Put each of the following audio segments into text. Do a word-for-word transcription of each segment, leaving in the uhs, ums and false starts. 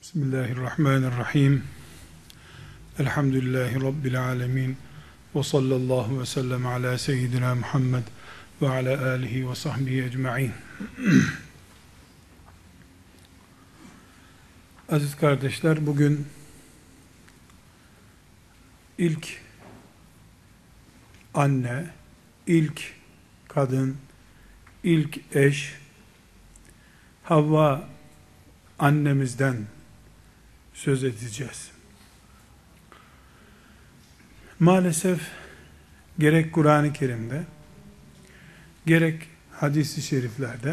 Bismillahirrahmanirrahim. Elhamdülillahi Rabbil alemin. Ve sallallahu ve sellem ala seyyidina Muhammed ve ala alihi ve sahbihi ecma'in. Aziz kardeşler, bugün ilk anne, ilk kadın, ilk eş, Havva annemizden söz edeceğiz. Maalesef gerek Kur'an-ı Kerim'de, gerek hadis-i şeriflerde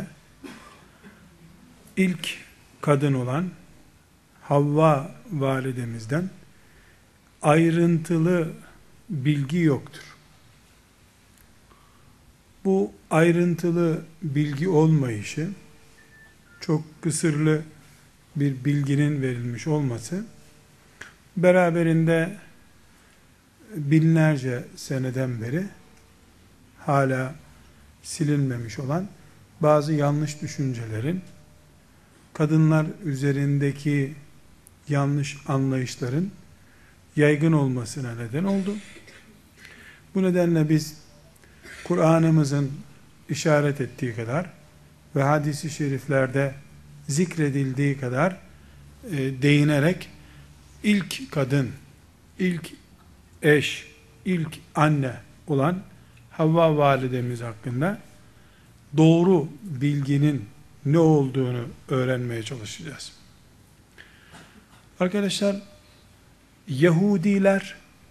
ilk kadın olan Havva validemizden ayrıntılı bilgi yoktur. Bu ayrıntılı bilgi olmayışı, çok kısırlı bir bilginin verilmiş olması, beraberinde binlerce seneden beri hala silinmemiş olan bazı yanlış düşüncelerin, kadınlar üzerindeki yanlış anlayışların yaygın olmasına neden oldu. Bu nedenle biz Kur'an'ımızın işaret ettiği kadar ve hadis-i şeriflerde zikredildiği kadar e, değinerek ilk kadın, ilk eş, ilk anne olan Havva validemiz hakkında doğru bilginin ne olduğunu öğrenmeye çalışacağız. Arkadaşlar, Yahudiler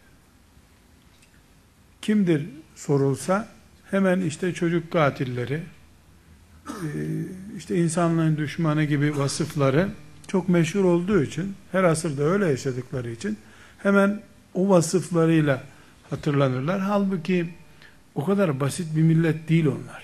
kimdir sorulsa hemen işte çocuk katilleri, işte insanlığın düşmanı gibi vasıfları çok meşhur olduğu için, her asırda öyle yaşadıkları için hemen o vasıflarıyla hatırlanırlar. Halbuki o kadar basit bir millet değil onlar.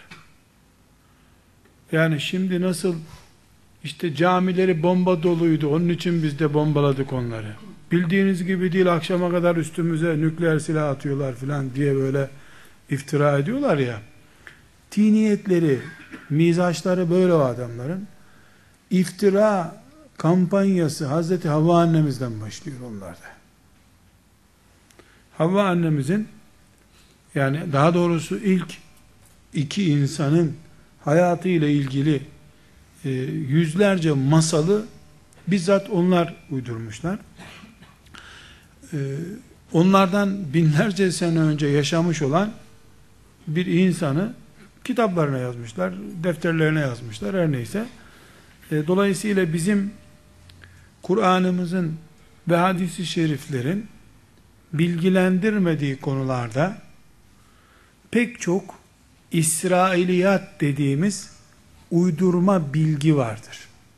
Yani şimdi nasıl işte camileri bomba doluydu, onun için biz de bombaladık onları, bildiğiniz gibi değil, akşama kadar üstümüze nükleer silah atıyorlar filan diye böyle iftira ediyorlar ya, tiniyetleri, mizaçları böyle o adamların. İftira kampanyası Hazreti Havva annemizden başlıyor onlarda. Havva annemizin, yani daha doğrusu ilk iki insanın hayatıyla ilgili e, yüzlerce masalı bizzat onlar uydurmuşlar. E, onlardan binlerce sene önce yaşamış olan bir insanı kitaplarına yazmışlar, defterlerine yazmışlar, her neyse. E, dolayısıyla bizim Kur'an'ımızın ve hadis-i şeriflerin bilgilendirmediği konularda pek çok İsrailiyat dediğimiz uydurma bilgi vardır.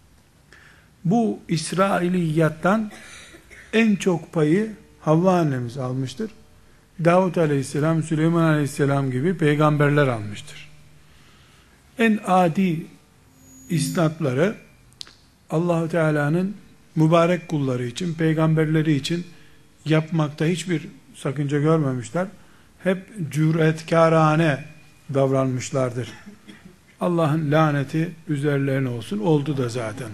Bu İsrailiyattan en çok payı Havva annemiz almıştır. Davut aleyhisselam, Süleyman aleyhisselam gibi peygamberler almıştır. En adi isnatları Allah-u Teala'nın mübarek kulları için, peygamberleri için yapmakta hiçbir sakınca görmemişler. Hep cüretkârane davranmışlardır. Allah'ın laneti üzerlerine olsun. Oldu da zaten.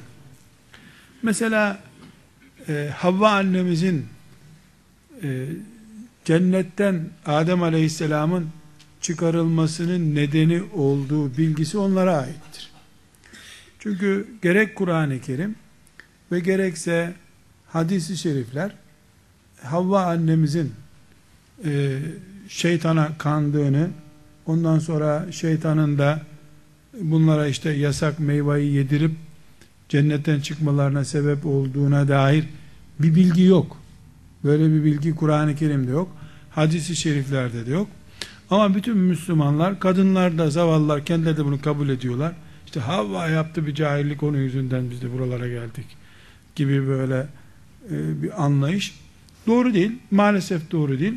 Mesela e, Havva annemizin e, cennetten Adem Aleyhisselam'ın çıkarılmasının nedeni olduğu bilgisi onlara aittir. Çünkü gerek Kur'an-ı Kerim ve gerekse hadis-i şerifler Havva annemizin e, şeytana kandığını, ondan sonra şeytanın da bunlara işte yasak meyveyi yedirip cennetten çıkmalarına sebep olduğuna dair bir bilgi yok. Böyle bir bilgi Kur'an-ı Kerim'de yok. Hadis-i şeriflerde de yok. Ama bütün Müslümanlar, kadınlar da, zavallılar kendileri de bunu kabul ediyorlar. İşte Havva yaptı bir cahillik, onun yüzünden biz de buralara geldik gibi böyle e, bir anlayış. Doğru değil. Maalesef doğru değil.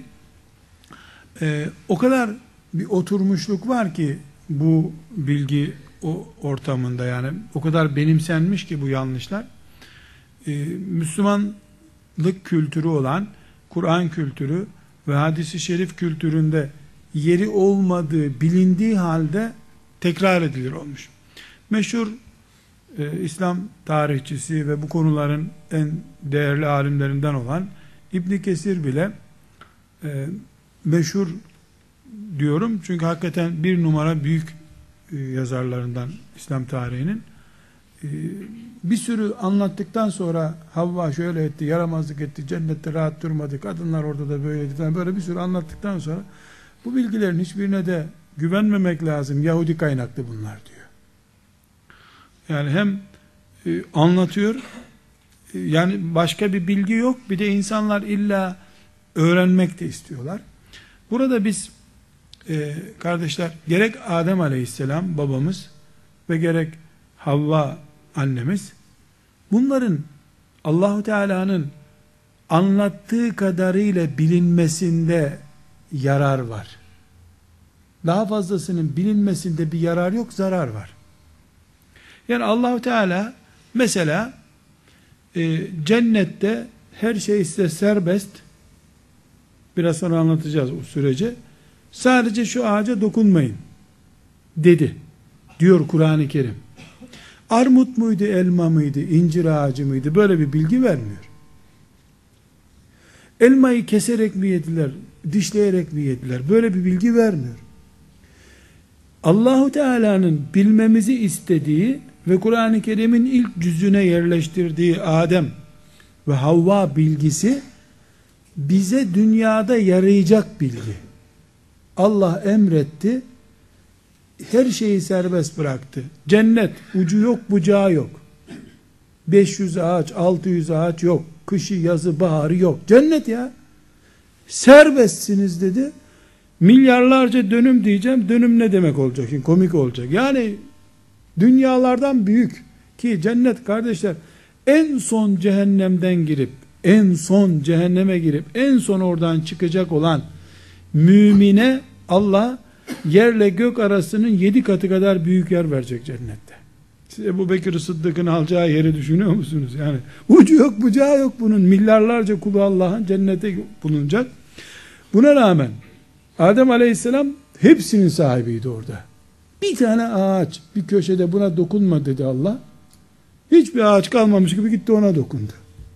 E, o kadar bir oturmuşluk var ki bu bilgi o ortamında, yani o kadar benimsenmiş ki bu yanlışlar. E, Müslümanlık kültürü olan Kur'an kültürü ve hadis-i şerif kültüründe yeri olmadığı bilindiği halde tekrar edilir olmuş. Meşhur e, İslam tarihçisi ve bu konuların en değerli alimlerinden olan İbn Kesir bile e, meşhur diyorum çünkü hakikaten bir numara büyük e, yazarlarından İslam tarihinin e, bir sürü anlattıktan sonra Havva şöyle etti, yaramazlık etti, cennette rahat durmadı, kadınlar orada da böyleydi falan, böyle bir sürü anlattıktan sonra bu bilgilerin hiçbirine de güvenmemek lazım, Yahudi kaynaklı bunlar diyor. Yani hem e, anlatıyor e, yani başka bir bilgi yok, bir de insanlar illa öğrenmek de istiyorlar. Burada biz e, kardeşler, gerek Adem Aleyhisselam babamız ve gerek Havva annemiz, bunların Allahu Teala'nın anlattığı kadarıyla bilinmesinde yarar var. Daha fazlasının bilinmesinde bir yarar yok, zarar var. Yani Allahu Teala mesela e, cennette her şey size serbest, biraz sonra anlatacağız o süreci, sadece şu ağaca dokunmayın dedi diyor Kur'an-ı Kerim. Armut muydu, elma mıydı, incir ağacı mıydı, böyle bir bilgi vermiyor. Elmayı keserek mi yediler, dişleyerek mi yediler, böyle bir bilgi vermiyor. Allahu Teala'nın bilmemizi istediği ve Kur'an-ı Kerim'in ilk cüzüne yerleştirdiği Adem ve Havva bilgisi bize dünyada yarayacak bilgi. Allah emretti, her şeyi serbest bıraktı. Cennet ucu yok bucağı yok. beş yüz ağaç, altı yüz ağaç yok. Kışı, yazı, baharı yok. Cennet ya. Serbestsiniz dedi. Milyarlarca dönüm diyeceğim. Dönüm ne demek olacak? Şimdi komik olacak. Yani dünyalardan büyük ki cennet kardeşler, en son cehennemden girip en son cehenneme girip en son oradan çıkacak olan mümine Allah yerle gök arasının yedi katı kadar büyük yer verecek cennette. Siz Ebu Bekir Sıddık'ın alacağı yeri düşünüyor musunuz? Yani ucu yok bucağı yok bunun. Milyarlarca kulu Allah'ın cennete bulunacak. Buna rağmen Adem Aleyhisselam hepsinin sahibiydi orada. Bir tane ağaç bir köşede buna dokunma dedi Allah. Hiçbir ağaç kalmamış gibi gitti ona dokundu.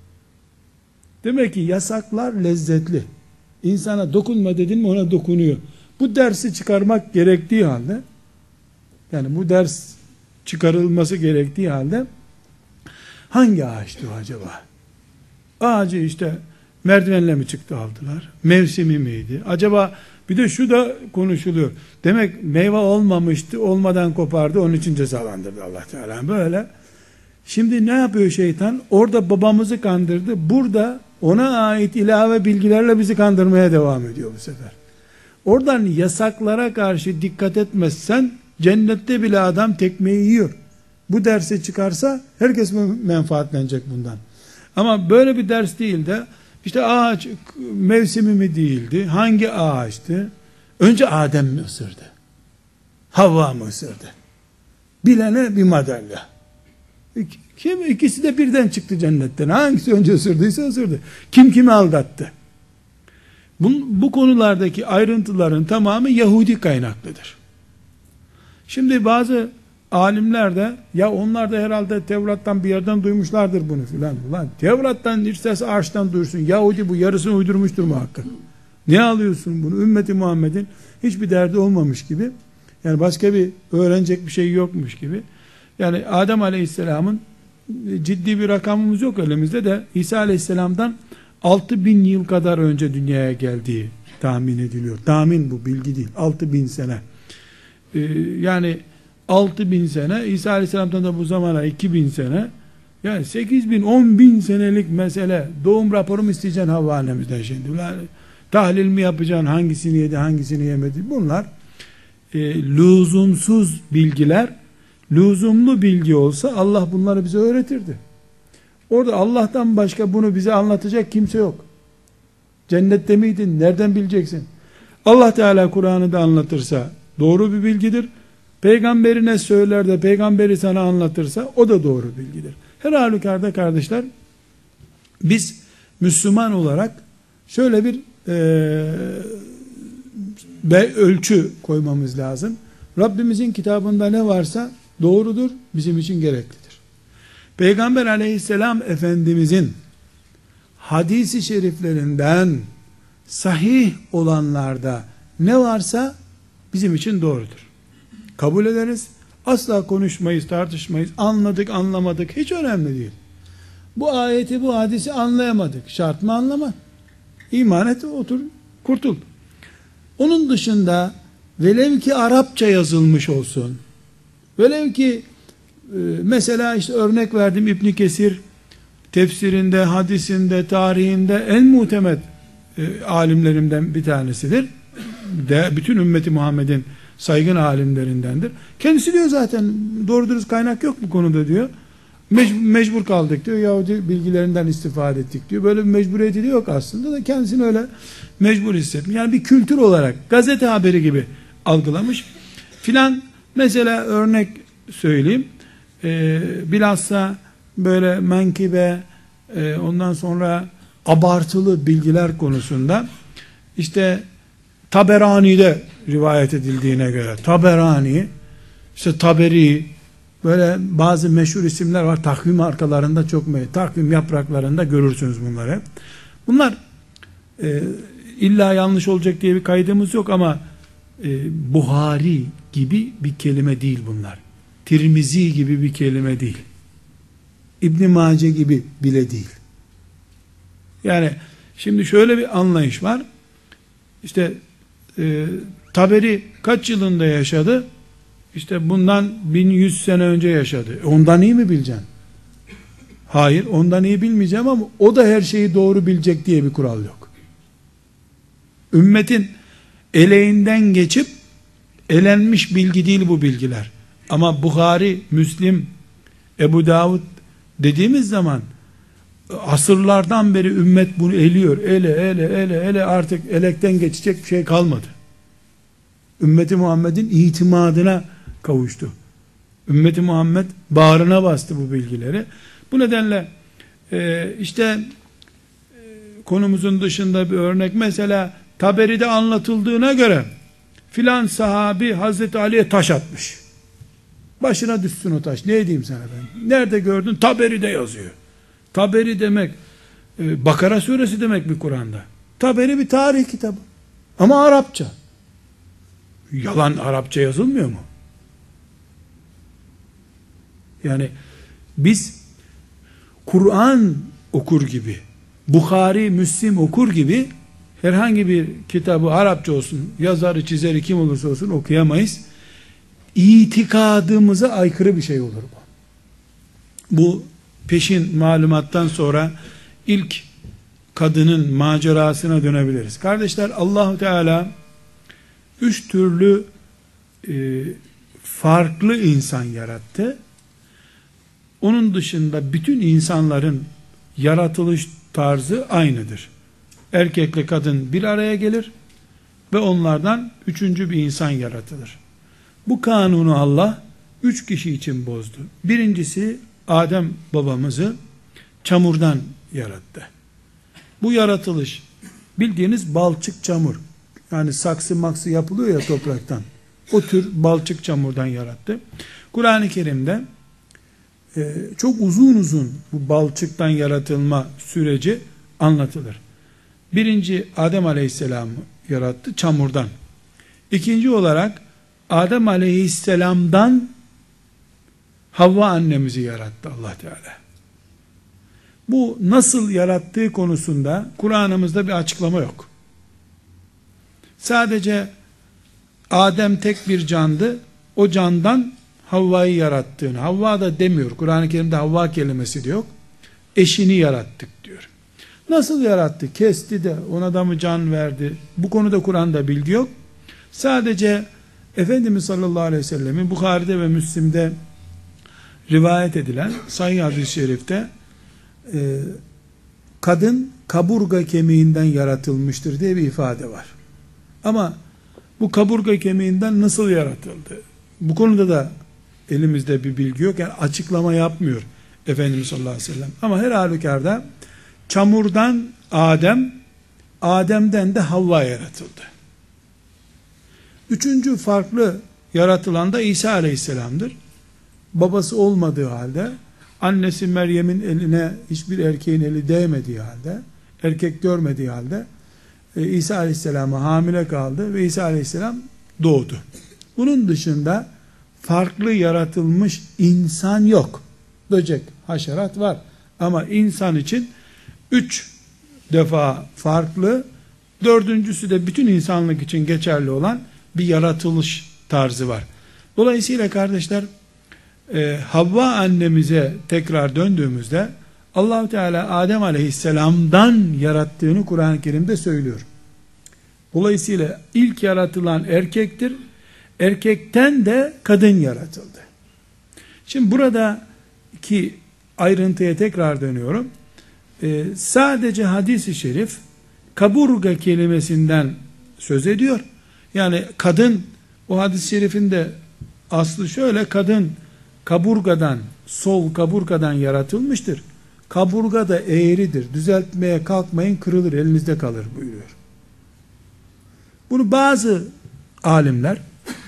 Demek ki yasaklar lezzetli. İnsana dokunma dedin mi ona dokunuyor. Bu dersi çıkarmak gerektiği halde, yani bu ders çıkarılması gerektiği halde hangi ağaçtı o acaba? Ağacı işte merdivenle mi çıktı aldılar? Mevsimi miydi? Acaba bir de şu da konuşuluyor. Demek meyve olmamıştı, olmadan kopardı, onun için cezalandırdı Allah Teala. Böyle. Şimdi ne yapıyor şeytan? Orada babamızı kandırdı. Burada ona ait ilave bilgilerle bizi kandırmaya devam ediyor bu sefer. Oradan yasaklara karşı dikkat etmezsen cennette bile adam tekmeyi yiyor. Bu dersi çıkarsa herkes menfaatlenecek bundan. Ama böyle bir ders değil de işte ağaç mevsimi mi değildi? Hangi ağaçtı? Önce Adem mi ısırdı? Havva mı ısırdı? Bilene bir madalya. Kim? İkisi de birden çıktı cennetten. Hangisi önce ısırdıysa ısırdı. Kim kimi aldattı? Bu, bu konulardaki ayrıntıların tamamı Yahudi kaynaklıdır. Şimdi bazı alimler de ya onlar da herhalde Tevrat'tan bir yerden duymuşlardır bunu filan. Ulan Tevrat'tan isterse arştan duyursun. Yahudi bu yarısını uydurmuştur muhakkak. Ne alıyorsun bunu? Ümmeti Muhammed'in hiçbir derdi olmamış gibi. Yani başka bir öğrenecek bir şey yokmuş gibi. Yani Adem Aleyhisselam'ın ciddi bir rakamımız yok elimizde de İsa Aleyhisselam'dan altı bin yıl kadar önce dünyaya geldiği tahmin ediliyor. Tahmin bu, bilgi değil. altı bin sene. Ee, yani altı bin sene, İsa Aleyhisselam'dan da bu zamana iki bin sene. Yani sekiz bin, on bin senelik mesele. Doğum raporu mu isteyeceksin Havva annemizden şimdi? Yani tahlil mi yapacaksın? Hangisini yedi, hangisini yemedi? Bunlar e, lüzumsuz bilgiler. Lüzumlu bilgi olsa Allah bunları bize öğretirdi. Orada Allah'tan başka bunu bize anlatacak kimse yok. Cennette miydin? Nereden bileceksin? Allah Teala Kur'an'ı da anlatırsa doğru bir bilgidir. Peygamberine söyler de peygamberi sana anlatırsa o da doğru bilgidir. Her halükarda kardeşler, biz Müslüman olarak şöyle bir e, ölçü koymamız lazım. Rabbimizin kitabında ne varsa doğrudur, bizim için gereklidir. Peygamber aleyhisselam Efendimizin hadisi şeriflerinden sahih olanlarda ne varsa bizim için doğrudur. Kabul ederiz. Asla konuşmayız, tartışmayız. Anladık, anlamadık. Hiç önemli değil. Bu ayeti, bu hadisi anlayamadık. Şart mı anlamak? İman et, otur, kurtul. Onun dışında velev ki Arapça yazılmış olsun, velev ki e, mesela işte örnek verdim, İbn Kesir tefsirinde, hadisinde, tarihinde en muhtemet e, alimlerimden bir tanesidir. De, bütün ümmeti Muhammed'in saygın alimlerindendir. Kendisi diyor zaten doğru dürüst kaynak yok bu konuda diyor. Mec- mecbur kaldık diyor. Yahudi bilgilerinden istifade ettik diyor. Böyle bir mecburiyeti de yok aslında da kendisini öyle mecbur hissetmiş. Yani bir kültür olarak gazete haberi gibi algılamış. Filan mesela örnek söyleyeyim. Ee, bilhassa böyle menkıbe e, ondan sonra abartılı bilgiler konusunda işte Taberani'de rivayet edildiğine göre Taberani, işte Taberi, böyle bazı meşhur isimler var. Takvim arkalarında çok meşhur. Takvim yapraklarında görürsünüz bunları. Bunlar e, illa yanlış olacak diye bir kaydımız yok ama e, Buhari gibi bir kelime değil bunlar. Tirmizi gibi bir kelime değil. İbn Mace gibi bile değil. Yani şimdi şöyle bir anlayış var. İşte e, Taberi kaç yılında yaşadı? İşte bundan bin yüz sene önce yaşadı. Ondan iyi mi bileceksin? Hayır, ondan iyi bilmeyeceğim ama o da her şeyi doğru bilecek diye bir kural yok. Ümmetin eleğinden geçip elenmiş bilgi değil bu bilgiler. Ama Buhari, Müslim, Ebu Davud dediğimiz zaman asırlardan beri ümmet bunu eliyor. Ele, ele, ele, ele artık elekten geçecek bir şey kalmadı. Ümmeti Muhammed'in itimadına kavuştu. Ümmeti Muhammed bağrına bastı bu bilgileri. Bu nedenle e, işte e, konumuzun dışında bir örnek, mesela Taberi'de anlatıldığına göre filan sahabi Hazreti Ali'ye taş atmış. Başına düşsün o taş. Ne diyeyim sana ben? Nerede gördün? Taberi'de yazıyor. Taberi demek e, Bakara suresi demek bir Kur'an'da. Taberi bir tarih kitabı. Ama Arapça. Yalan Arapça yazılmıyor mu? Yani biz Kur'an okur gibi, Bukhari, Müslim okur gibi herhangi bir kitabı Arapça olsun, yazarı, çizeri kim olursa olsun okuyamayız. İtikadımıza aykırı bir şey olur bu. Bu peşin malumattan sonra ilk kadının macerasına dönebiliriz. Kardeşler, Allahu Teala üç türlü e, farklı insan yarattı. Onun dışında bütün insanların yaratılış tarzı aynıdır. Erkekle kadın bir araya gelir ve onlardan üçüncü bir insan yaratılır. Bu kanunu Allah üç kişi için bozdu. Birincisi, Adem babamızı çamurdan yarattı. Bu yaratılış bildiğiniz balçık çamur. Yani saksı maksı yapılıyor ya topraktan. O tür balçık çamurdan yarattı. Kur'an-ı Kerim'de e, çok uzun uzun bu balçıktan yaratılma süreci anlatılır. Birinci, Adem Aleyhisselam'ı yarattı çamurdan. İkinci olarak Adem Aleyhisselam'dan Havva annemizi yarattı Allah Teala. Bu nasıl yarattığı konusunda Kur'an'ımızda bir açıklama yok. Sadece Adem tek bir candı, o candan Havva'yı yarattığını, Havva da demiyor, Kur'an-ı Kerim'de Havva kelimesi de yok, eşini yarattık diyor. Nasıl yarattı? Kesti de ona da mı can verdi? Bu konuda Kur'an'da bilgi yok. Sadece Efendimiz sallallahu aleyhi ve sellemin Bukhari'de ve Müslim'de rivayet edilen sahih hadis-i şerifte e, kadın kaburga kemiğinden yaratılmıştır diye bir ifade var. Ama bu kaburga kemiğinden nasıl yaratıldı? Bu konuda da elimizde bir bilgi yok. Yani açıklama yapmıyor Efendimiz sallallahu aleyhi ve sellem. Ama her halükarda çamurdan Adem, Adem'den de Havva yaratıldı. Üçüncü farklı yaratılan da İsa aleyhisselamdır. Babası olmadığı halde annesi Meryem'in eline hiçbir erkeğin eli değmediği halde, erkek görmediği halde e, İsa Aleyhisselam'a hamile kaldı ve İsa Aleyhisselam doğdu. Bunun dışında farklı yaratılmış insan yok. Böcek, haşerat var. Ama insan için üç defa farklı, dördüncüsü de bütün insanlık için geçerli olan bir yaratılış tarzı var. Dolayısıyla kardeşler, e, Havva annemize tekrar döndüğümüzde Allah-u Teala Adem Aleyhisselam'dan yarattığını Kur'an-ı Kerim'de söylüyor. Dolayısıyla ilk yaratılan erkektir. Erkekten de kadın yaratıldı. Şimdi buradaki ayrıntıya tekrar dönüyorum. Ee, sadece hadis-i şerif kaburga kelimesinden söz ediyor. Yani kadın, o hadis-i şerifin de aslı şöyle: kadın kaburgadan, sol kaburgadan yaratılmıştır. Kaburga da eğridir. Düzeltmeye kalkmayın, kırılır, elinizde kalır buyuruyor. Bunu bazı alimler,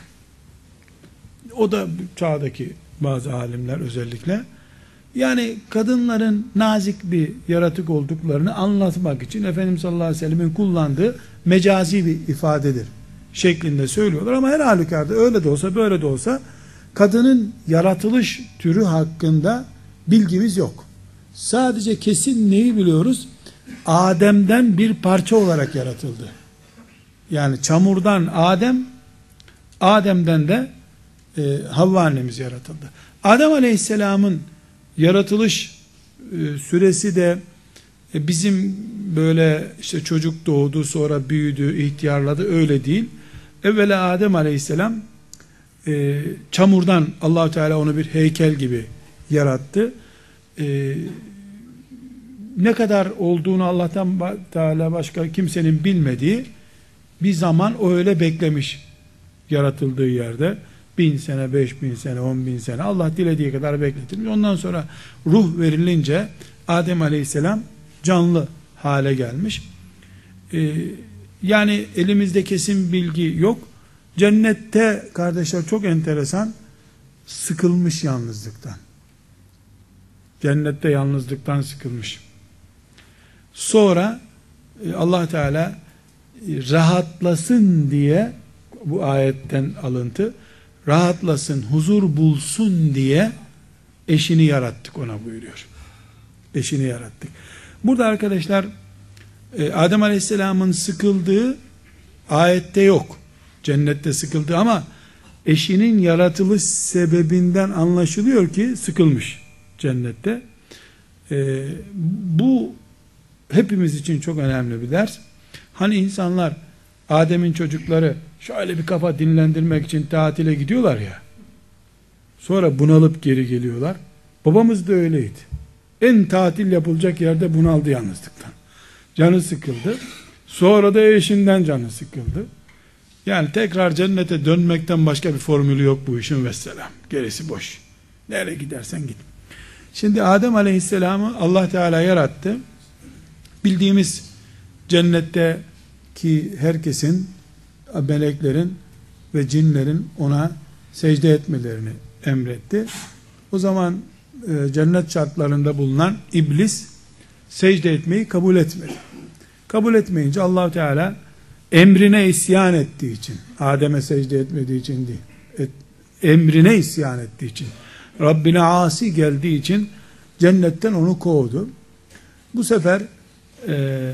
o da çağdaki bazı alimler özellikle, yani kadınların nazik bir yaratık olduklarını anlatmak için Efendimiz sallallahu aleyhi ve sellemin kullandığı mecazi bir ifadedir şeklinde söylüyorlar. Ama her halükarda öyle de olsa böyle de olsa kadının yaratılış türü hakkında bilgimiz yok. Sadece kesin neyi biliyoruz? Adem'den bir parça olarak yaratıldı. Yani çamurdan Adem, Adem'den de e, Havva annemiz yaratıldı. Adem Aleyhisselam'ın yaratılış e, süresi de e, bizim böyle işte çocuk doğdu, sonra büyüdü, ihtiyarladı, öyle değil. Evvela Adem Aleyhisselam e, çamurdan Allah-u Teala onu bir heykel gibi yarattı. E, ne kadar olduğunu Allah'tan Teala başka kimsenin bilmediği bir zaman o öyle beklemiş yaratıldığı yerde. Bin sene, beş bin sene, on bin sene, Allah dilediği kadar bekletilmiş. Ondan sonra ruh verilince Adem Aleyhisselam canlı hale gelmiş. Ee, yani elimizde kesin bilgi yok. Cennette kardeşler çok enteresan, sıkılmış yalnızlıktan. Cennette yalnızlıktan sıkılmış. Sonra Allah Teala rahatlasın diye, bu ayetten alıntı, rahatlasın, huzur bulsun diye eşini yarattık ona buyuruyor. Eşini yarattık. Burada arkadaşlar Adem Aleyhisselam'ın sıkıldığı ayette yok. Cennette sıkıldı ama eşinin yaratılış sebebinden anlaşılıyor ki sıkılmış cennette. Ee, bu hepimiz için çok önemli bir ders. Hani insanlar, Adem'in çocukları şöyle bir kafa dinlendirmek için tatile gidiyorlar ya, sonra bunalıp geri geliyorlar. Babamız da öyleydi. En tatil yapılacak yerde bunaldı yalnızlıktan. Canı sıkıldı. Sonra da eşinden canı sıkıldı. Yani tekrar cennete dönmekten başka bir formülü yok bu işin, vesselam. Gerisi boş. Nereye gidersen git. Şimdi Adem Aleyhisselam'ı Allah Teala yarattı. Bildiğimiz cennette ki herkesin, meleklerin ve cinlerin ona secde etmelerini emretti. O zaman e, cennet şartlarında bulunan iblis secde etmeyi kabul etmedi. Kabul etmeyince Allah Teala emrine isyan ettiği için, Adem'e secde etmediği için değil, et, emrine isyan ettiği için, Rabbine asi geldiği için cennetten onu kovdu. Bu sefer e,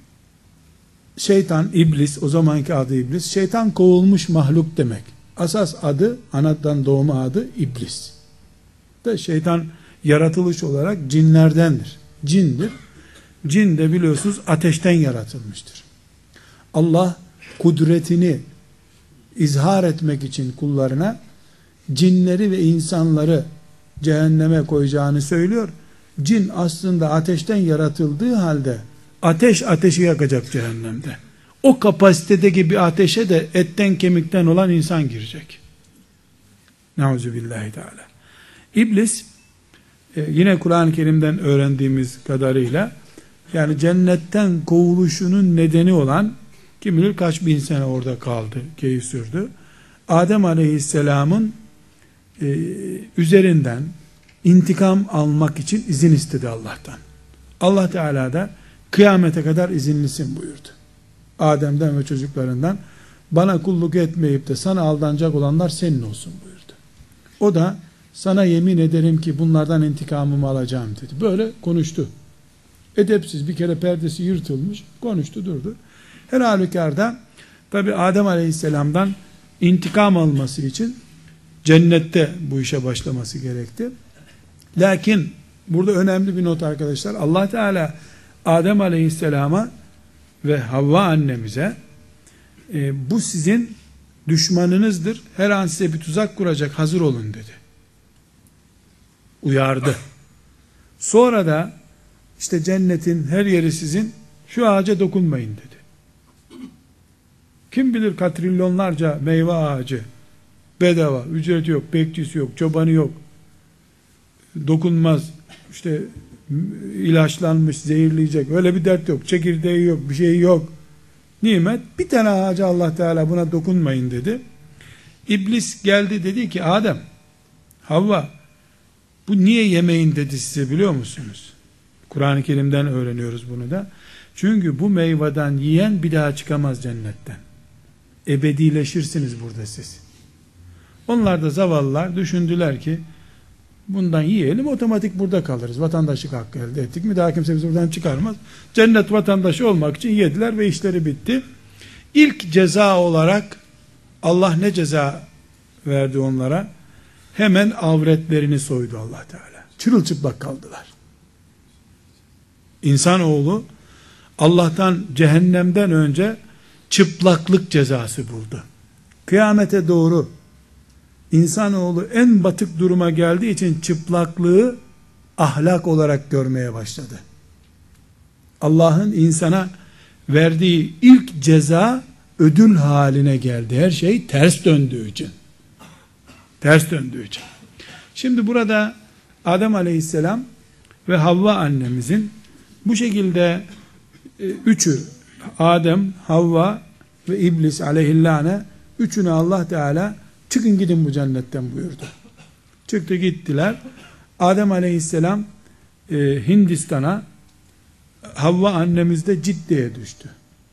şeytan, iblis, o zamanki adı iblis, şeytan kovulmuş mahluk demek. Asas adı, anadan doğma adı iblis. Da şeytan yaratılış olarak cinlerdendir. Cindir. Cin de biliyorsunuz ateşten yaratılmıştır. Allah kudretini izhar etmek için kullarına cinleri ve insanları cehenneme koyacağını söylüyor. Cin aslında ateşten yaratıldığı halde ateş ateşi yakacak cehennemde. O kapasitedeki bir ateşe de etten kemikten olan insan girecek. Nauzubillahi teala. İblis e, yine Kur'an-ı Kerim'den öğrendiğimiz kadarıyla, yani cennetten kovuluşunun nedeni olan, kim bilir kaç bin sene orada kaldı, keyif sürdü. Adem Aleyhisselam'ın e, üzerinden intikam almak için izin istedi Allah'tan. Allah Teala da kıyamete kadar izinlisin buyurdu. Adem'den ve çocuklarından bana kulluk etmeyip de sana aldanacak olanlar senin olsun buyurdu. O da sana yemin ederim ki bunlardan intikamımı alacağım dedi. Böyle konuştu. Edepsiz, bir kere perdesi yırtılmış, konuştu durdu. Her halükarda tabi Adem Aleyhisselam'dan intikam alması için cennette bu işe başlaması gerekti. Lakin burada önemli bir not arkadaşlar. Allah Teala Adem Aleyhisselam'a ve Havva annemize e, bu sizin düşmanınızdır. Her an size bir tuzak kuracak, hazır olun dedi. Uyardı. Sonra da işte cennetin her yeri sizin, şu ağaca dokunmayın dedi. Kim bilir katrilyonlarca meyve ağacı bedava, ücreti yok, bekçisi yok, çobanı yok, dokunmaz, işte ilaçlanmış, zehirleyecek, öyle bir dert yok, çekirdeği yok, bir şey yok, nimet, bir tane ağaca Allah Teala buna dokunmayın dedi. İblis geldi, dedi ki Adem, Havva, bu niye yemeyin dedi size, biliyor musunuz? Kur'an-ı Kerim'den öğreniyoruz bunu da. Çünkü bu meyveden yiyen bir daha çıkamaz cennetten. Ebedileşirsiniz burada siz. Onlar da zavallılar düşündüler ki bundan yiyelim, otomatik burada kalırız. Vatandaşlık hakkı elde ettik mi daha kimse bizi buradan çıkarmaz. Cennet vatandaşı olmak için yediler ve işleri bitti. İlk ceza olarak Allah ne ceza verdi onlara? Hemen avretlerini soydu Allah Teala. Çırılçıplak kaldılar. İnsanoğlu Allah'tan cehennemden önce çıplaklık cezası buldu. Kıyamete doğru insanoğlu en batık duruma geldiği için çıplaklığı ahlak olarak görmeye başladı. Allah'ın insana verdiği ilk ceza ödül haline geldi. Her şey ters döndüğü için. Ters döndüğü için. Şimdi burada Adem Aleyhisselam ve Havva annemizin bu şekilde e, üçü, Adem, Havva ve İblis aleyhillâne, üçüne Allah Teala çıkın gidin bu cennetten buyurdu. Çıktı gittiler. Adem Aleyhisselam e, Hindistan'a, Havva annemiz de Cidde'ye düştü.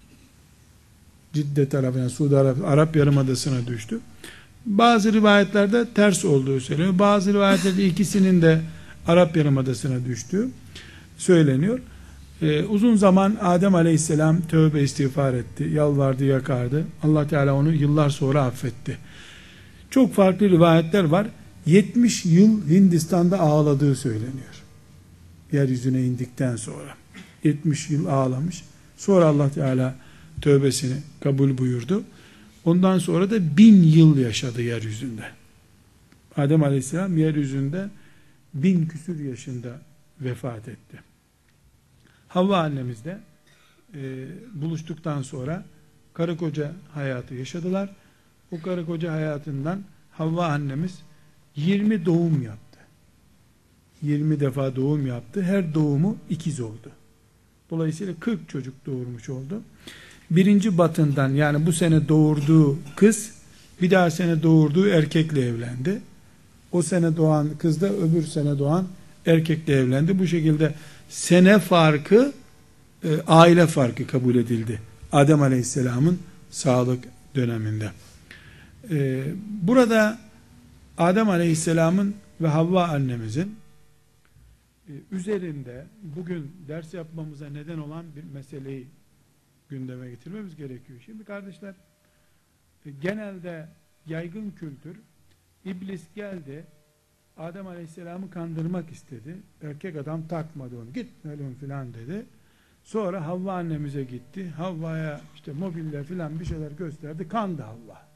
Cidde tarafına, Suudi Arap, Arap Yarımadası'na düştü. Bazı rivayetlerde ters olduğu söyleniyor. Bazı rivayetlerde ikisinin de Arap Yarımadası'na düştüğü söyleniyor. Ee, uzun zaman Adem Aleyhisselam tövbe istiğfar etti, yalvardı, yakardı. Allah Teala onu yıllar sonra affetti. Çok farklı rivayetler var. yetmiş yıl Hindistan'da ağladığı söyleniyor. Yeryüzüne indikten sonra. yetmiş yıl ağlamış. Sonra Allah Teala tövbesini kabul buyurdu. Ondan sonra da bin yıl yaşadı yeryüzünde. Adem Aleyhisselam yeryüzünde bin küsür yaşında vefat etti. Havva annemiz de e, buluştuktan sonra karı koca hayatı yaşadılar. O karı koca hayatından Havva annemiz yirmi doğum yaptı. yirmi defa doğum yaptı. Her doğumu ikiz oldu. Dolayısıyla kırk çocuk doğurmuş oldu. Birinci batından, yani bu sene doğurduğu kız bir daha sene doğurduğu erkekle evlendi. O sene doğan kız da öbür sene doğan erkekle evlendi. Bu şekilde sene farkı e, aile farkı kabul edildi Adem Aleyhisselam'ın sağlık döneminde. E, burada Adem Aleyhisselam'ın ve Havva annemizin e, üzerinde bugün ders yapmamıza neden olan bir meseleyi gündeme getirmemiz gerekiyor. Şimdi kardeşler, e, genelde yaygın kültür, İblis geldi, Adem Aleyhisselam'ı kandırmak istedi. Erkek adam takmadı onu. Gitmeyelim filan dedi. Sonra Havva annemize gitti. Havva'ya işte mobiller filan bir şeyler gösterdi. Kandı Havva.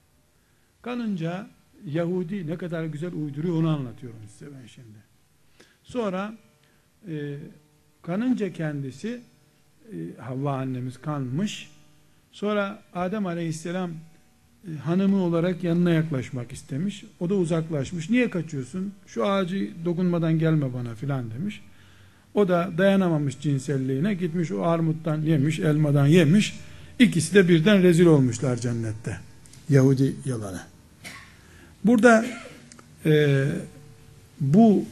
Kanınca Yahudi ne kadar güzel uyduruyor onu anlatıyorum size ben şimdi. Sonra e, kanınca kendisi e, Havva annemiz kanmış. Sonra Adem Aleyhisselam hanımı olarak yanına yaklaşmak istemiş. O da uzaklaşmış. Niye kaçıyorsun? Şu ağacı dokunmadan gelme bana filan demiş. O da dayanamamış cinselliğine, gitmiş o armuttan yemiş, elmadan yemiş. İkisi de birden rezil olmuşlar cennette. Yahudi yalanı. Burada e, bu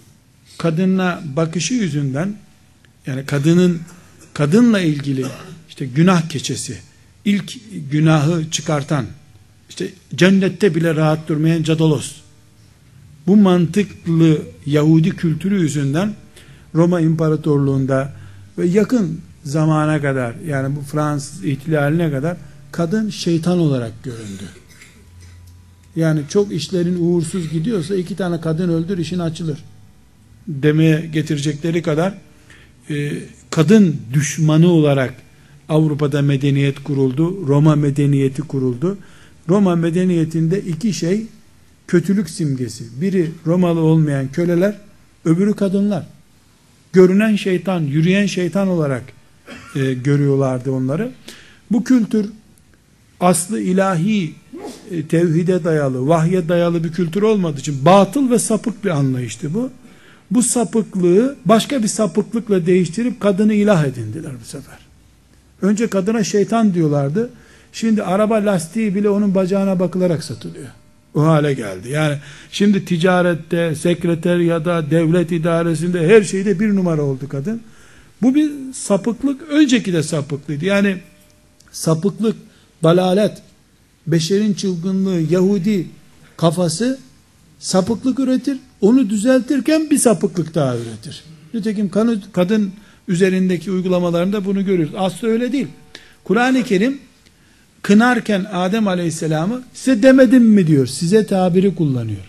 kadına bakışı yüzünden, yani kadının kadınla ilgili işte günah keçesi, ilk günahı çıkartan, işte cennette bile rahat durmayan Cadalos, bu mantıklı Yahudi kültürü yüzünden Roma İmparatorluğu'nda ve yakın zamana kadar, yani bu Fransız ihtilaline kadar kadın şeytan olarak göründü. Yani çok işlerin uğursuz gidiyorsa iki tane kadın öldür, işin açılır demeye getirecekleri kadar e, kadın düşmanı olarak Avrupa'da medeniyet kuruldu. Roma medeniyeti kuruldu. Roma medeniyetinde iki şey kötülük simgesi. Biri Romalı olmayan köleler, öbürü kadınlar. Görünen şeytan, yürüyen şeytan olarak e, görüyorlardı onları. Bu kültür aslı ilahi, e, tevhide dayalı, vahye dayalı bir kültür olmadığı için batıl ve sapık bir anlayıştı bu. Bu sapıklığı başka bir sapıklıkla değiştirip kadını ilah edindiler bu sefer. Önce kadına şeytan diyorlardı. Şimdi araba lastiği bile onun bacağına bakılarak satılıyor. O hale geldi. Yani şimdi ticarette, sekreteriyada, devlet idaresinde, her şeyde bir numara oldu kadın. Bu bir sapıklık, önceki de sapıklıydı. Yani sapıklık, dalalet, beşerin çılgınlığı, Yahudi kafası sapıklık üretir. Onu düzeltirken bir sapıklık daha üretir. Nitekim kadın üzerindeki uygulamalarında bunu görüyoruz. Aslı öyle değil. Kur'an-ı Kerim kınarken Adem Aleyhisselam'ı size demedim mi diyor. Size tabiri kullanıyor.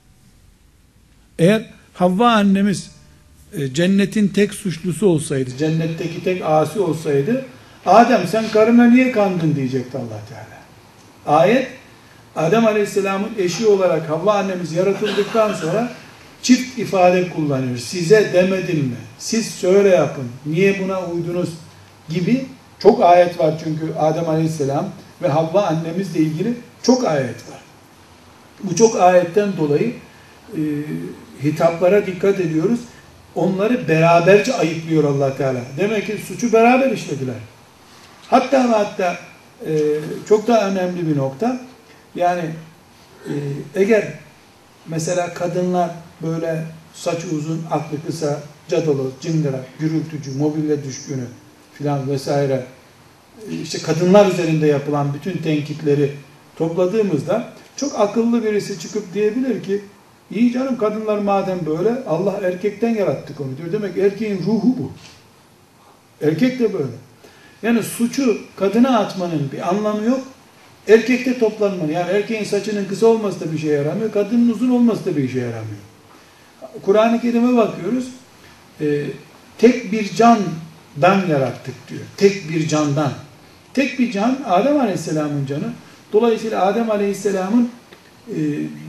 Eğer Havva annemiz e, cennetin tek suçlusu olsaydı, cennetteki tek asi olsaydı, Adem sen karına niye kandın diyecekti Allah Teala. Ayet, Adem Aleyhisselam'ın eşi olarak Havva annemiz yaratıldıktan sonra çift ifade kullanıyor. Size demedim mi? Siz şöyle yapın. Niye buna uydunuz? Gibi çok ayet var çünkü Adem Aleyhisselam ve Havva annemizle ilgili çok ayet var. Bu çok ayetten dolayı e, hitaplara dikkat ediyoruz. Onları beraberce ayıplıyor Allah Teala. Demek ki suçu beraber işlediler. Hatta ve hatta e, çok daha önemli bir nokta. Yani e, eğer mesela kadınlar böyle saçı uzun, aklı kısa, cadaloz, cingara, gürültücü, mobilya düşkünü filan vesaire, işte kadınlar üzerinde yapılan bütün tenkitleri topladığımızda çok akıllı birisi çıkıp diyebilir ki iyi canım, kadınlar madem böyle, Allah erkekten yarattık onu diyor. Demek erkeğin ruhu bu. Erkek de böyle. Yani suçu kadına atmanın bir anlamı yok. Erkekte toplanmalı. Yani erkeğin saçının kısa olması da bir şeye yaramıyor. Kadının uzun olması da bir işe yaramıyor. Kur'an-ı Kerim'e bakıyoruz. E, tek bir candan yarattık diyor. Tek bir candan. Tek bir can Adem Aleyhisselam'ın canı. Dolayısıyla Adem Aleyhisselam'ın e,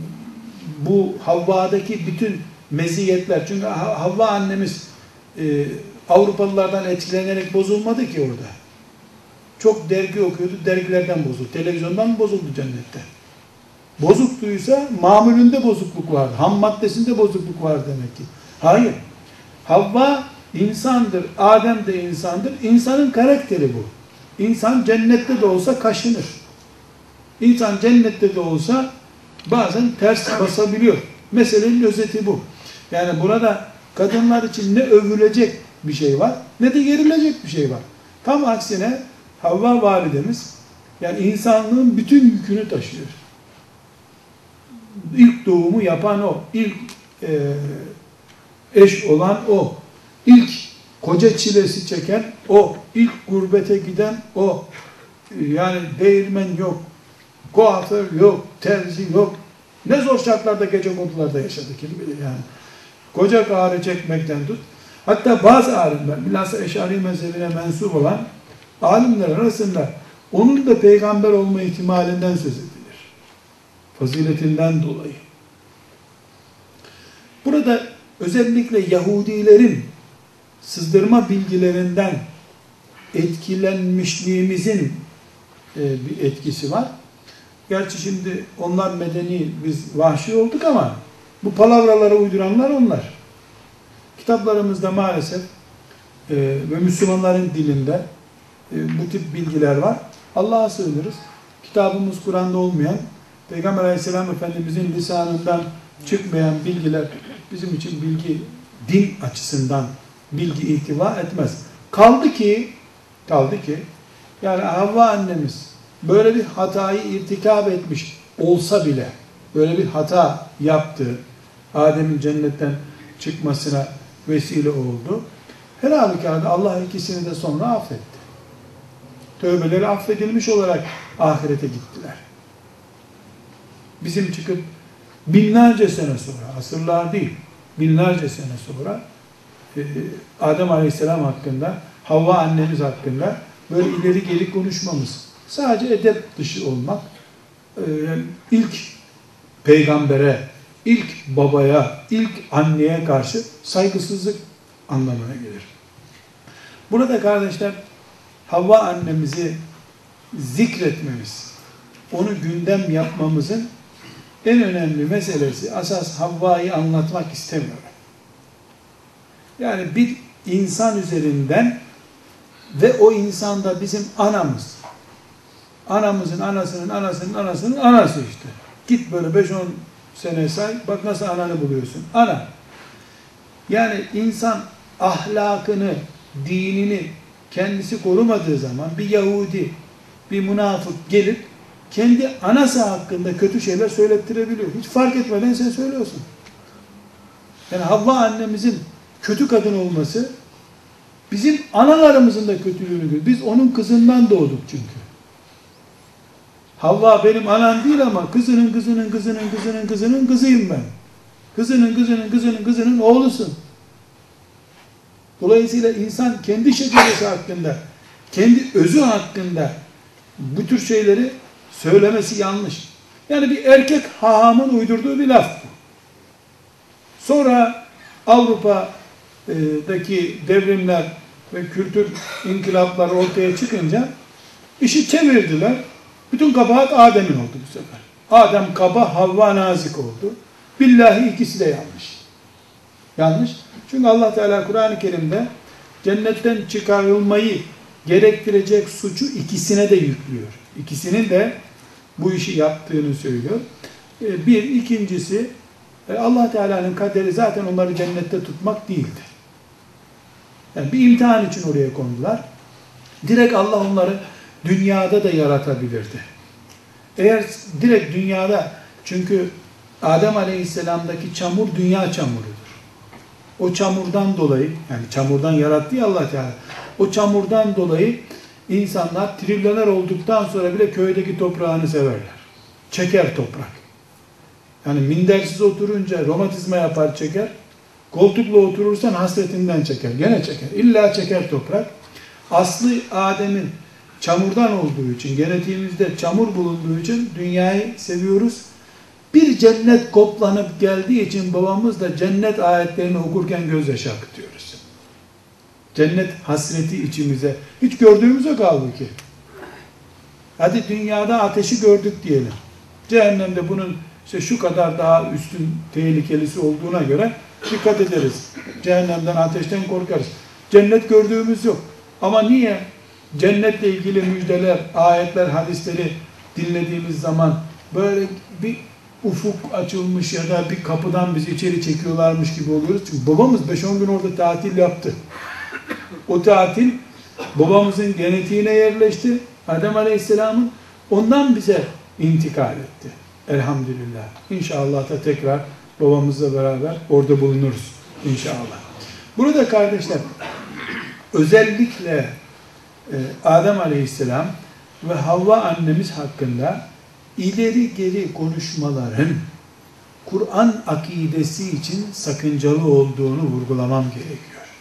bu Havva'daki bütün meziyetler. Çünkü Havva annemiz e, Avrupalılardan etkilenerek bozulmadı ki orada. Çok dergi okuyordu, dergilerden bozuldu. Televizyondan bozuldu cennette. Bozukluysa mamulünde bozukluk vardı. Ham maddesinde bozukluk var demek ki. Hayır. Havva insandır, Adem de insandır. İnsanın karakteri bu. İnsan cennette de olsa kaşınır. İnsan cennette de olsa bazen ters basabiliyor. Meselenin özeti bu. Yani burada kadınlar için ne övülecek bir şey var, ne de yerilecek bir şey var. Tam aksine Havva validemiz, yani insanlığın bütün yükünü taşıyor. İlk doğumu yapan o, ilk e, eş olan o, ilk koca çilesi çeken o, ilk gurbete giden o. Yani değirmen yok, kuaför yok, terzi yok. Ne zor şartlarda gece kondularda yaşadı kim bilir yani. Koca ağrı çekmekten tut. Hatta bazı alimler, bilhassa Eş'ari mezhebine mensup olan alimler arasında onun da peygamber olma ihtimalinden söz edilir. Faziletinden dolayı. Burada özellikle Yahudilerin sızdırma bilgilerinden etkilenmişliğimizin e, bir etkisi var. Gerçi şimdi onlar medeni, biz vahşi olduk ama bu palavralara uyduranlar onlar. Kitaplarımızda maalesef e, ve Müslümanların dilinde e, bu tip bilgiler var. Allah'a sığınırız. Kitabımız Kur'an'da olmayan, Peygamber Aleyhisselam Efendimizin lisanından çıkmayan bilgiler bizim için bilgi din açısından bilgi ihtiva etmez. Kaldı ki, kaldı ki, yani Havva annemiz böyle bir hatayı irtikab etmiş olsa bile, böyle bir hata yaptı, Adem'in cennetten çıkmasına vesile oldu. Her halükarda Allah ikisini de sonra affetti. Tövbeleri affedilmiş olarak ahirete gittiler. Bizim çıkıp binlerce sene sonra, asırlar değil, binlerce sene sonra Adem Aleyhisselam hakkında, Havva annemiz hakkında böyle ileri geri konuşmamız, sadece edep dışı olmak, yani ilk peygambere, ilk babaya, ilk anneye karşı saygısızlık anlamına gelir. Burada kardeşler, Havva annemizi zikretmemiz, onu gündem yapmamızın en önemli meselesi, asas Havva'yı anlatmak istemiyorum. Yani bir insan üzerinden ve o insanda bizim anamız, anamızın anasının anasının anasının anası işte. Git böyle beş on sene say, bak nasıl ananı buluyorsun. Ana. Yani insan ahlakını, dinini kendisi korumadığı zaman bir Yahudi, bir münafık gelip kendi anası hakkında kötü şeyler söylettirebiliyor. Hiç fark etmeden sen söylüyorsun. Yani Havva annemizin kötü kadın olması bizim analarımızın da kötülüğünü görüyor. Biz onun kızından doğduk çünkü. Havva benim anam değil ama kızının kızının kızının kızının kızının kızıyım ben. Kızının kızının kızının kızının oğlusun. Dolayısıyla insan kendi şeceresi hakkında, kendi özü hakkında bu tür şeyleri söylemesi yanlış. Yani bir erkek hahamın uydurduğu bir laf bu. Sonra Avrupa'daki devrimler ve kültür inkılapları ortaya çıkınca işi çevirdiler. Bütün kabahat Adem'in oldu bu sefer. Adem kaba, Havva nazik oldu. Billahi ikisi de yanlış. Yanlış. Çünkü Allah Teala Kur'an-ı Kerim'de cennetten çıkarılmayı gerektirecek suçu ikisine de yüklüyor. İkisinin de bu işi yaptığını söylüyor. Bir, ikincisi Allah Teala'nın kaderi zaten onları cennette tutmak değildi. Yani bir imtihan için oraya kondular. Direkt Allah onları dünyada da yaratabilirdi. Eğer direkt dünyada, çünkü Adem Aleyhisselam'daki çamur dünya çamurudur. O çamurdan dolayı, yani çamurdan yarattı ya Allah Teala, o çamurdan dolayı insanlar trilyoner olduktan sonra bile köydeki toprağını severler. Çeker toprak. Yani mindersiz oturunca romatizma yapar çeker, koltukla oturursan hasretinden çeker, gene çeker, illa çeker toprak. Aslı Adem'in çamurdan olduğu için, genetiğimizde çamur bulunduğu için dünyayı seviyoruz. Bir cennet koplanıp geldiği için babamız da cennet ayetlerini okurken gözyaşı akıtıyoruz. Cennet hasreti içimize. Hiç gördüğümüz yok halbuki. Hadi dünyada ateşi gördük diyelim. Cehennemde bunun işte şu kadar daha üstün tehlikelisi olduğuna göre dikkat ederiz. Cehennemden, ateşten korkarız. Cennet gördüğümüz yok. Ama niye? Cennetle ilgili müjdeler, ayetler, hadisleri dinlediğimiz zaman böyle bir ufuk açılmış ya da bir kapıdan bizi içeri çekiyorlarmış gibi oluyoruz. Çünkü babamız beş on gün orada tatil yaptı. O tatil babamızın genetiğine yerleşti. Adem Aleyhisselam'ın ondan bize intikal etti. Elhamdülillah. İnşallah da tekrar babamızla beraber orada bulunuruz. İnşallah. Burada kardeşler, özellikle Adem Aleyhisselam ve Havva annemiz hakkında ileri geri konuşmaların Kur'an akidesi için sakıncalı olduğunu vurgulamam gerekiyor.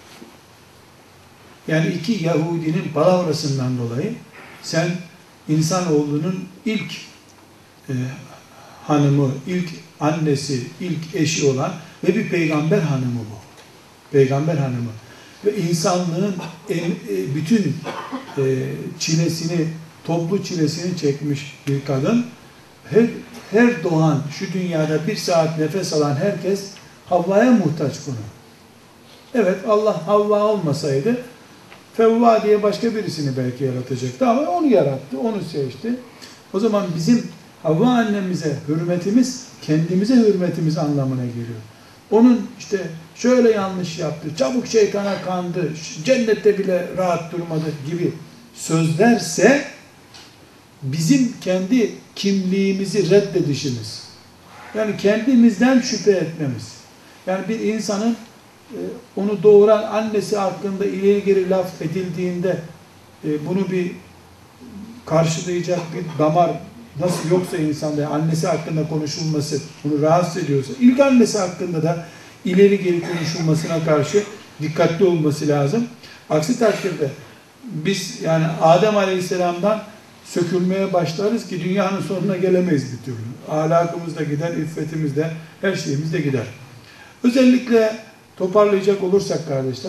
Yani iki Yahudinin palavrasından dolayı sen insanoğlunun ilk e, hanımı, ilk annesi, ilk eşi olan ve bir peygamber hanımı bu. Peygamber hanımı. Ve insanlığın en, e, bütün e, çilesini, toplu çilesini çekmiş bir kadın. Her, her doğan, şu dünyada bir saat nefes alan herkes Havva'ya muhtaç bunu. Evet, Allah Havva olmasaydı Fevva diye başka birisini belki yaratacaktı ama onu yarattı, onu seçti. O zaman bizim Havva annemize hürmetimiz, kendimize hürmetimiz anlamına geliyor. Onun işte şöyle yanlış yaptı, çabuk şeytana kandı, cennette bile rahat durmadı gibi sözlerse bizim kendi kimliğimizi reddedişimiz. Yani kendimizden şüphe etmemiz. Yani bir insanın onu doğuran annesi hakkında ileri geri laf edildiğinde bunu bir karşılayacak bir damar nasıl yoksa insanda, annesi hakkında konuşulması bunu rahatsız ediyorsa, ilk annesi hakkında da ileri geri konuşulmasına karşı dikkatli olması lazım. Aksi takdirde biz yani Adem Aleyhisselam'dan sökülmeye başlarız ki dünyanın sonuna gelemeyiz bir türlü. Ahlakımız da gider, iffetimiz de, her şeyimiz de gider. Özellikle toparlayacak olursak kardeşler,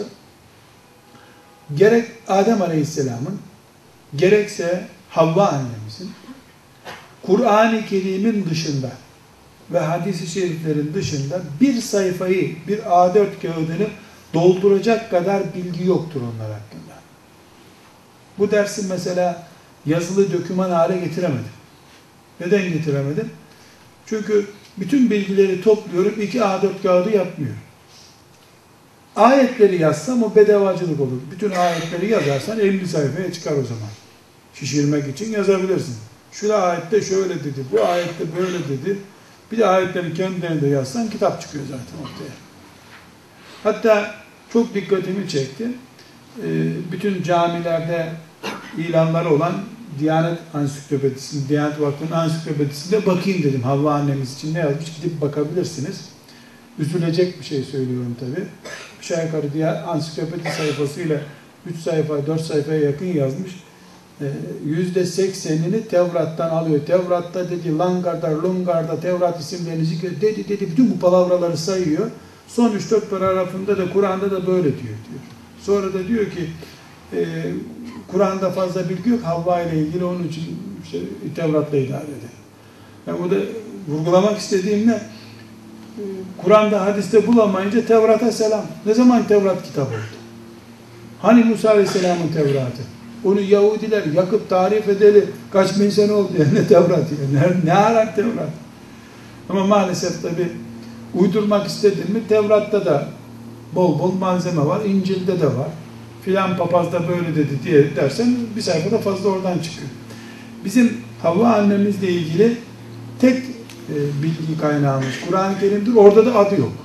gerek Adem Aleyhisselam'ın, gerekse Havva annemizin, Kur'an-ı Kerim'in dışında ve hadis-i şeriflerin dışında bir sayfayı, bir A dört kağıdını dolduracak kadar bilgi yoktur onlar hakkında. Bu dersi mesela yazılı doküman hale getiremedim. Neden getiremedim? Çünkü bütün bilgileri topluyorum, iki A dört kağıdı yapmıyorum. Ayetleri yazsam o bedavacılık olur. Bütün ayetleri yazarsan elli sayfaya çıkar o zaman. Şişirmek için yazabilirsin. Şu ayette şöyle dedi, bu ayette böyle dedi. Bir de ayetlerin kendilerini de yazsan kitap çıkıyor zaten ortaya. Hatta çok dikkatimi çekti. Bütün camilerde ilanları olan Diyanet Ansiklopedisi'nin, Diyanet Vakfı'nın ansiklopedisinde bakayım dedim. Havva annemiz için ne yazmış gidip bakabilirsiniz. Üzülecek bir şey söylüyorum tabi. Aşağı yukarı diye ansiklopedi sayfasıyla üç sayfa, dört sayfaya yakın yazmış. Yüzde seksenini Tevrat'tan alıyor. Tevrat'ta dedi, Langar'da, Lungar'da Tevrat isimlerini zikrediyor. Dedi dedi, bütün bu palavraları sayıyor. Son üç dört paragrafında da Kur'an'da da böyle diyor diyor. Sonra da diyor ki e, Kur'an'da fazla bilgi yok. Havva ile ilgili onun için işte, Tevrat'la idare eder. Yani burada vurgulamak istediğim ne? Kur'an'da, hadiste bulamayınca Tevrat'a selam. Ne zaman Tevrat kitabı oldu? Hani Musa Aleyhisselam'ın Tevrat'ı? Onu Yahudiler yakıp tarif edeli kaç bin sene oldu ya, ne Tevrat ya, ne, ne arar Tevrat? Ama maalesef tabi uydurmak istedin mi Tevrat'ta da bol bol malzeme var, İncil'de de var. Filan papaz da böyle dedi diye dersen bir sayfada fazla oradan çıkıyor. Bizim Havva annemizle ilgili tek e, bilgi kaynağımız Kur'an-ı Kerim'dir. Orada da adı yok.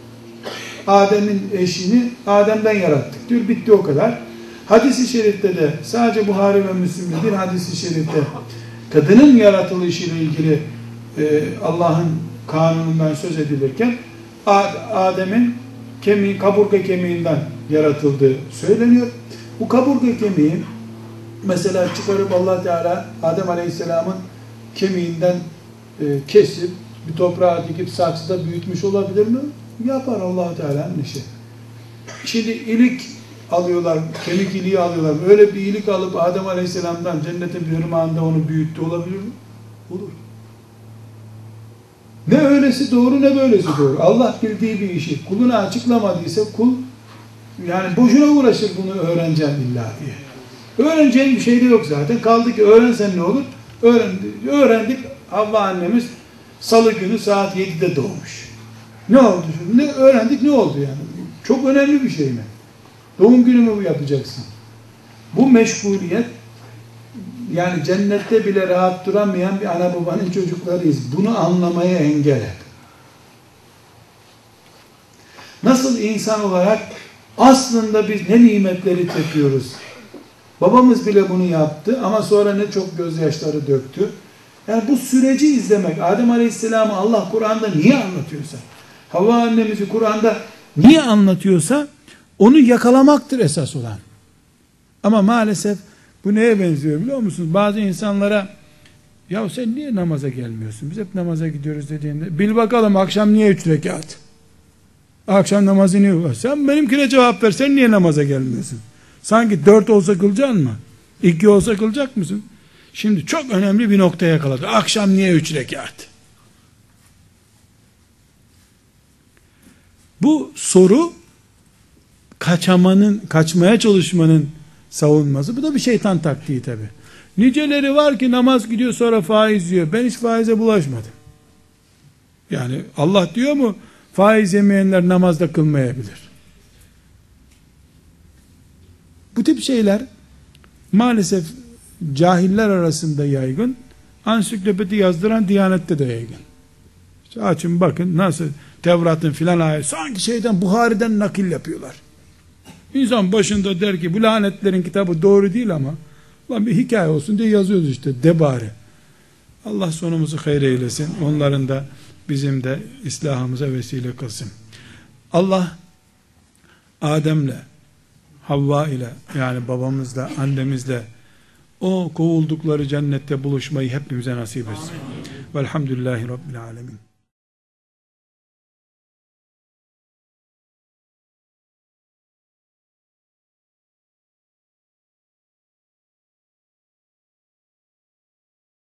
Adem'in eşini Adem'den yarattık diyor. Bitti o kadar. Hadis-i şerifte de sadece Buhari ve Müslim'de bir hadis-i şerifte kadının yaratılışıyla ilgili e, Allah'ın kanunundan söz edilirken Adem'in kemiği, kaburga kemiğinden yaratıldığı söyleniyor. Bu kaburga kemiği mesela çıkarıp Allah Teala Adem Aleyhisselam'ın kemiğinden e, kesip bir toprağa dikip saksıda büyütmüş olabilir mi? Yapar Allah Teala'nın işi. Şimdi ilik alıyorlar, kemik iliği alıyorlar. Öyle bir ilik alıp Adem Aleyhisselam'dan cennetin bir ırmağında onu büyüttü olabilir mi? Olur. Ne öylesi doğru ne böylesi doğru. Allah bildiği bir işi kuluna açıklamadıysa kul yani boşuna uğraşır bunu öğreneceğim illa diye. Öğreneceğin bir şey de yok zaten. Kaldı ki öğrensen ne olur? Öğrendik. Öğrendik. Havva annemiz salı günü saat yedide doğmuş. Ne oldu? Ne öğrendik ne oldu yani? Çok önemli bir şey mi? Doğum günü mü yapacaksın? Bu meşguliyet yani cennette bile rahat duramayan bir ana babanın çocuklarıyız. Bunu anlamaya engel. Nasıl insan olarak aslında biz ne nimetleri tepiyoruz. Babamız bile bunu yaptı ama sonra ne çok gözyaşları döktü. Yani bu süreci izlemek. Adem Aleyhisselam'ı Allah Kur'an'da niye anlatıyorsa, Havva annemizi Kur'an'da niye anlatıyorsa onu yakalamaktır esas olan. Ama maalesef bu neye benziyor biliyor musunuz? Bazı insanlara ya sen niye namaza gelmiyorsun? Biz hep namaza gidiyoruz dediğinde bil bakalım akşam niye üç rekat? Akşam namazı niye var? Sen benimkine cevap ver. Sen niye namaza gelmiyorsun? Sanki dört olsa kılacaksın mı? İki olsa kılacak mısın? Şimdi çok önemli bir noktaya yakaladı. Akşam niye üç rekat? Bu soru kaçamanın, kaçmaya çalışmanın savunması. Bu da bir şeytan taktiği tabi. Niceleri var ki namaz gidiyor sonra faiz yiyor. Ben hiç faize bulaşmadım. Yani Allah diyor mu? Faiz yemeyenler namazda kılmayabilir. Bu tip şeyler maalesef cahiller arasında yaygın. Ansiklopedi yazdıran Diyanet'te de yaygın. İşte açın bakın nasıl Tevrat'ın filan ayet sanki şeyden Buhari'den nakil yapıyorlar. İnsan başında der ki bu lanetlerin kitabı doğru değil ama lan bir hikaye olsun diye yazıyoruz işte de bari. Allah sonumuzu hayır eylesin. Onların da bizim de islahımıza vesile kılsın. Allah Adem'le Havva ile yani babamızla annemizle o kovuldukları cennette buluşmayı hepimize nasip etsin. Velhamdülillahi Rabbil alemin.